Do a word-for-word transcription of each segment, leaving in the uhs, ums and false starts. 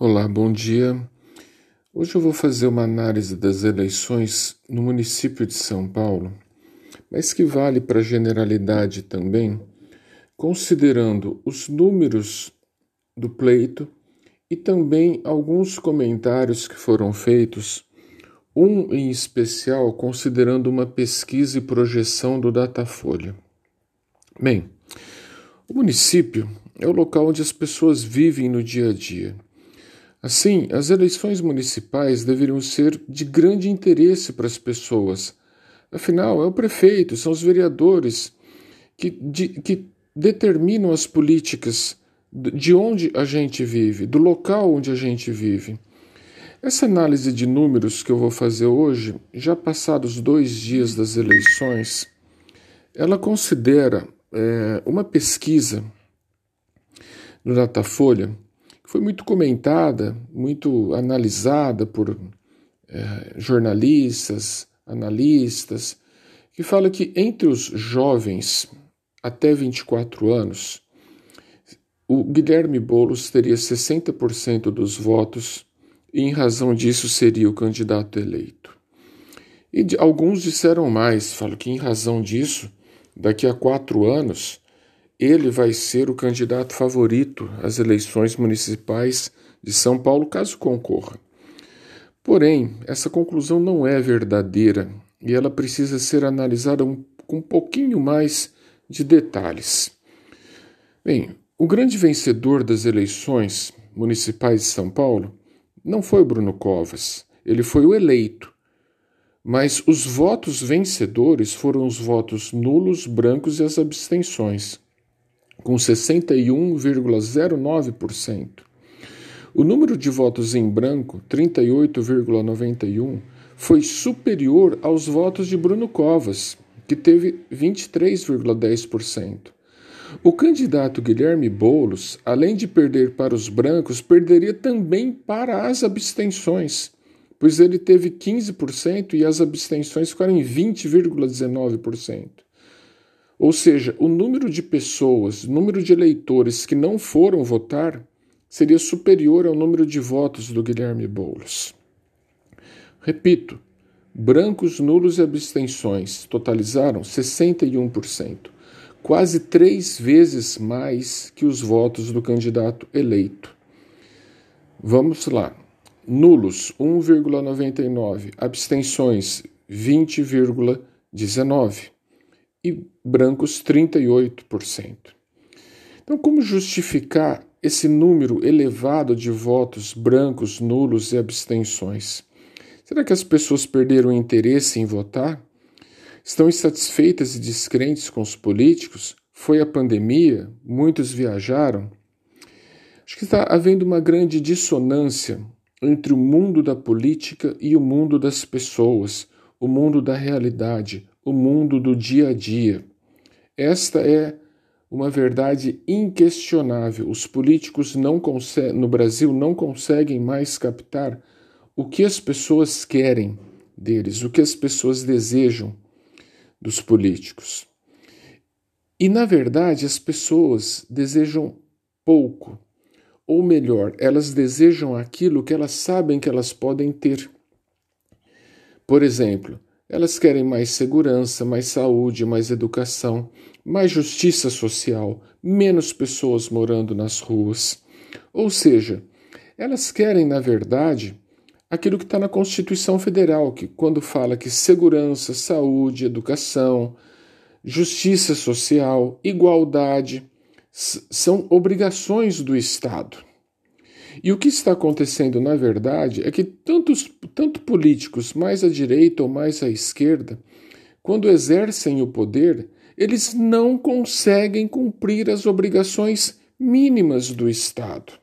Olá, bom dia. Hoje eu vou fazer uma análise das eleições no município de São Paulo, mas que vale para a generalidade também, considerando os números do pleito e também alguns comentários que foram feitos, um em especial considerando uma pesquisa e projeção do Datafolha. Bem, o município é o local onde as pessoas vivem no dia a dia. Assim, as eleições municipais deveriam ser de grande interesse para as pessoas. Afinal, é o prefeito, são os vereadores que, de, que determinam as políticas de onde a gente vive, do local onde a gente vive. Essa análise de números que eu vou fazer hoje, já passados dois dias das eleições, ela considera é, uma pesquisa no Datafolha, foi muito comentada, muito analisada por é, jornalistas, analistas, que fala que entre os jovens até vinte e quatro anos, o Guilherme Boulos teria sessenta por cento dos votos e, em razão disso, seria o candidato eleito. E de, alguns disseram mais, falam que, em razão disso, daqui a quatro anos, ele vai ser o candidato favorito às eleições municipais de São Paulo, caso concorra. Porém, essa conclusão não é verdadeira e ela precisa ser analisada um, com um pouquinho mais de detalhes. Bem, o grande vencedor das eleições municipais de São Paulo não foi o Bruno Covas, ele foi o eleito. Mas os votos vencedores foram os votos nulos, brancos e as abstenções, com sessenta e um vírgula zero nove por cento. O número de votos em branco, trinta e oito vírgula noventa e um por cento, foi superior aos votos de Bruno Covas, que teve vinte e três vírgula dez por cento. O candidato Guilherme Boulos, além de perder para os brancos, perderia também para as abstenções, pois ele teve quinze por cento e as abstenções ficaram em vinte vírgula dezenove por cento. Ou seja, o número de pessoas, o número de eleitores que não foram votar seria superior ao número de votos do Guilherme Boulos. Repito, brancos, nulos e abstenções totalizaram sessenta e um por cento, quase três vezes mais que os votos do candidato eleito. Vamos lá. Nulos, um vírgula noventa e nove por cento, abstenções, vinte vírgula dezenove por cento. E brancos trinta e oito por cento. Então, como justificar esse número elevado de votos brancos, nulos e abstenções? Será que as pessoas perderam o interesse em votar? Estão insatisfeitas e descrentes com os políticos? Foi a pandemia? Muitos viajaram? Acho que está havendo uma grande dissonância entre o mundo da política e o mundo das pessoas, o mundo da realidade, o mundo do dia a dia. Esta é uma verdade inquestionável. Os políticos não conseguem, no Brasil não conseguem mais captar o que as pessoas querem deles, o que as pessoas desejam dos políticos. E, na verdade, as pessoas desejam pouco, ou melhor, elas desejam aquilo que elas sabem que elas podem ter. Por exemplo, elas querem mais segurança, mais saúde, mais educação, mais justiça social, menos pessoas morando nas ruas. Ou seja, elas querem, na verdade, aquilo que está na Constituição Federal, que quando fala que segurança, saúde, educação, justiça social, igualdade, são obrigações do Estado. E o que está acontecendo, na verdade, é que tantos, tanto políticos mais à direita ou mais à esquerda, quando exercem o poder, eles não conseguem cumprir as obrigações mínimas do Estado.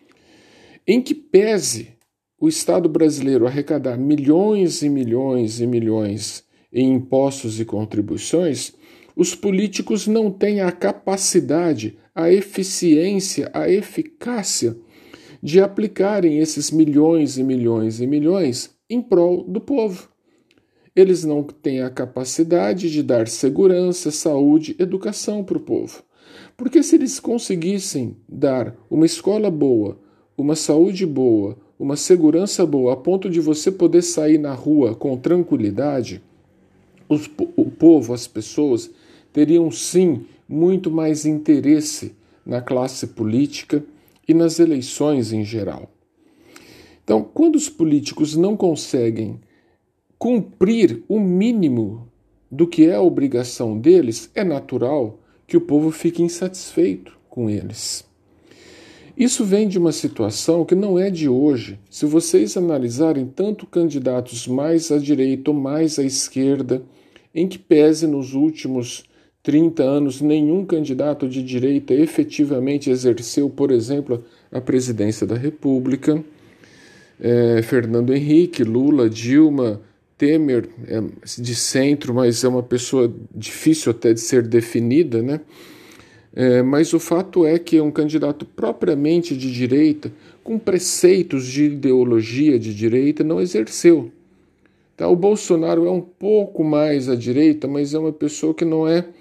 Em que pese o Estado brasileiro arrecadar milhões e milhões e milhões em impostos e contribuições, os políticos não têm a capacidade, a eficiência, a eficácia de aplicarem esses milhões e milhões e milhões em prol do povo. Eles não têm a capacidade de dar segurança, saúde, educação para o povo. Porque se eles conseguissem dar uma escola boa, uma saúde boa, uma segurança boa, a ponto de você poder sair na rua com tranquilidade, os, o povo, as pessoas, teriam sim muito mais interesse na classe política e nas eleições em geral. Então, quando os políticos não conseguem cumprir o mínimo do que é a obrigação deles, é natural que o povo fique insatisfeito com eles. Isso vem de uma situação que não é de hoje. Se vocês analisarem tanto candidatos mais à direita ou mais à esquerda, em que pese nos últimos trinta anos nenhum candidato de direita efetivamente exerceu, por exemplo, a presidência da República, é, Fernando Henrique, Lula, Dilma, Temer, é de centro, mas é uma pessoa difícil até de ser definida, né? É, mas o fato é que é um candidato propriamente de direita, com preceitos de ideologia de direita, não exerceu. Tá? O Bolsonaro é um pouco mais à direita, mas é uma pessoa que não é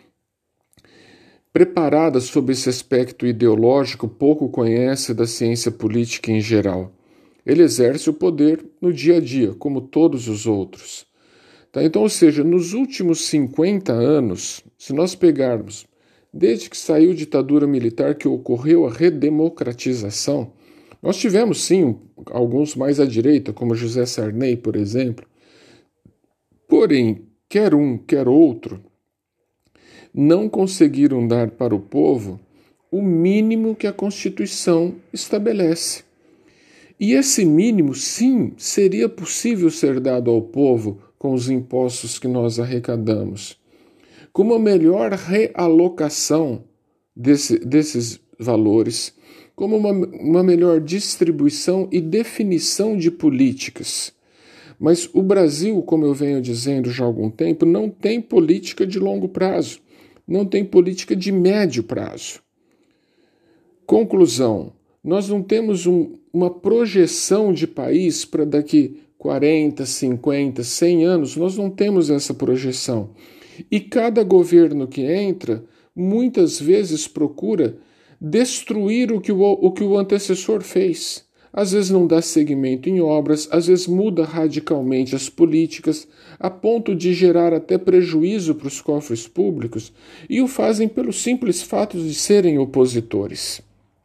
preparada sob esse aspecto ideológico, pouco conhece da ciência política em geral. Ele exerce o poder no dia a dia, como todos os outros. Tá? Então, ou seja, nos últimos cinquenta anos, se nós pegarmos, desde que saiu a ditadura militar, que ocorreu a redemocratização, nós tivemos sim alguns mais à direita, como José Sarney, por exemplo. Porém, quer um, quer outro, não conseguiram dar para o povo o mínimo que a Constituição estabelece. E esse mínimo, sim, seria possível ser dado ao povo com os impostos que nós arrecadamos, com uma melhor realocação desse, desses valores, como uma, uma melhor distribuição e definição de políticas. Mas o Brasil, como eu venho dizendo já há algum tempo, não tem política de longo prazo, não tem política de médio prazo. Conclusão. Nós não temos um, uma projeção de país para daqui quarenta, cinquenta, cem anos, nós não temos essa projeção. E cada governo que entra, muitas vezes procura destruir o que o, o que o antecessor fez. Às vezes não dá seguimento em obras, às vezes muda radicalmente as políticas, a ponto de gerar até prejuízo para os cofres públicos, e o fazem pelo simples fato de serem opositores.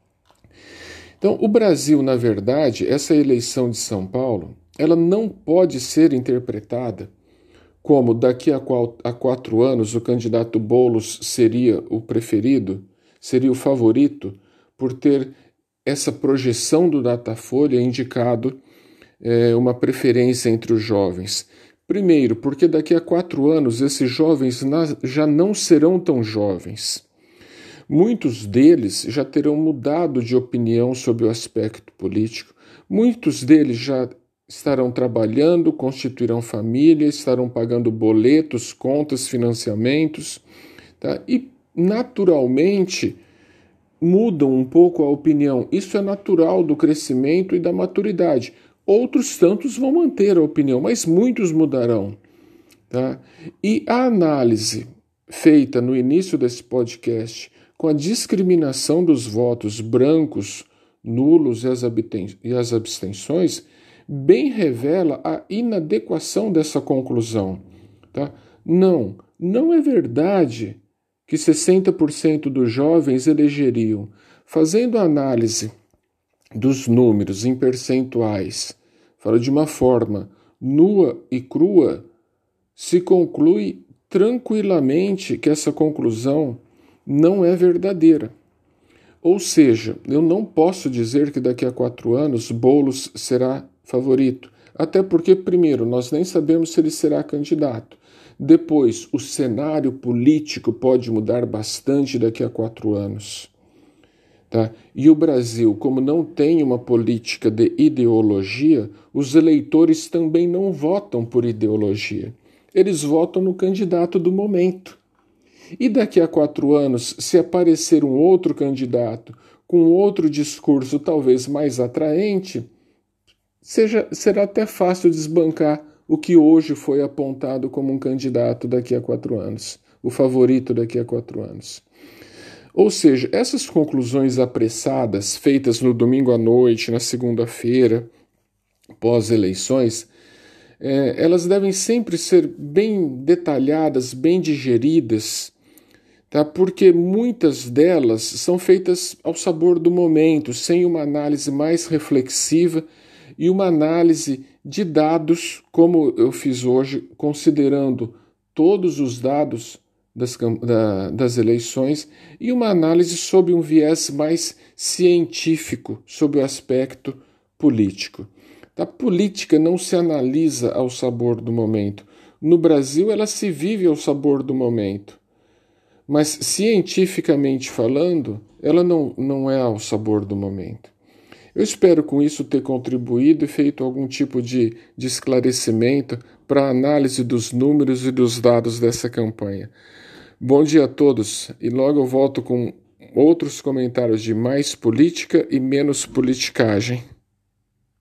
Então, o Brasil, na verdade, essa eleição de São Paulo, ela não pode ser interpretada como daqui a, qual, a quatro anos o candidato Boulos seria o preferido, seria o favorito, por ter essa projeção do Datafolha indicado é, uma preferência entre os jovens. Primeiro, porque daqui a quatro anos esses jovens na, já não serão tão jovens. Muitos deles já terão mudado de opinião sobre o aspecto político, muitos deles já estarão trabalhando, constituirão família, estarão pagando boletos, contas, financiamentos, tá? E naturalmente mudam um pouco a opinião. Isso é natural do crescimento e da maturidade. Outros tantos vão manter a opinião, mas muitos mudarão. Tá? E a análise feita no início desse podcast com a discriminação dos votos brancos, nulos e as, absten- e as abstenções, bem revela a inadequação dessa conclusão. Tá? Não, não é verdade que sessenta por cento dos jovens elegeriam. Fazendo a análise dos números em percentuais, fala de uma forma nua e crua, se conclui tranquilamente que essa conclusão não é verdadeira. Ou seja, eu não posso dizer que daqui a quatro anos Boulos será favorito. Até porque, primeiro, nós nem sabemos se ele será candidato. Depois, o cenário político pode mudar bastante daqui a quatro anos. Tá? E o Brasil, como não tem uma política de ideologia, os eleitores também não votam por ideologia. Eles votam no candidato do momento. E daqui a quatro anos, se aparecer um outro candidato com outro discurso talvez mais atraente, seja, será até fácil desbancar o que hoje foi apontado como um candidato daqui a quatro anos, o favorito daqui a quatro anos. Ou seja, essas conclusões apressadas, feitas no domingo à noite, na segunda-feira, pós-eleições, é, elas devem sempre ser bem detalhadas, bem digeridas, tá? Porque muitas delas são feitas ao sabor do momento, sem uma análise mais reflexiva e uma análise de dados, como eu fiz hoje, considerando todos os dados das, da, das eleições e uma análise sob um viés mais científico, sob o aspecto político. A política não se analisa ao sabor do momento. No Brasil, ela se vive ao sabor do momento. Mas, cientificamente falando, ela não, não é ao sabor do momento. Eu espero com isso ter contribuído e feito algum tipo de, de esclarecimento para a análise dos números e dos dados dessa campanha. Bom dia a todos e logo eu volto com outros comentários de mais política e menos politicagem.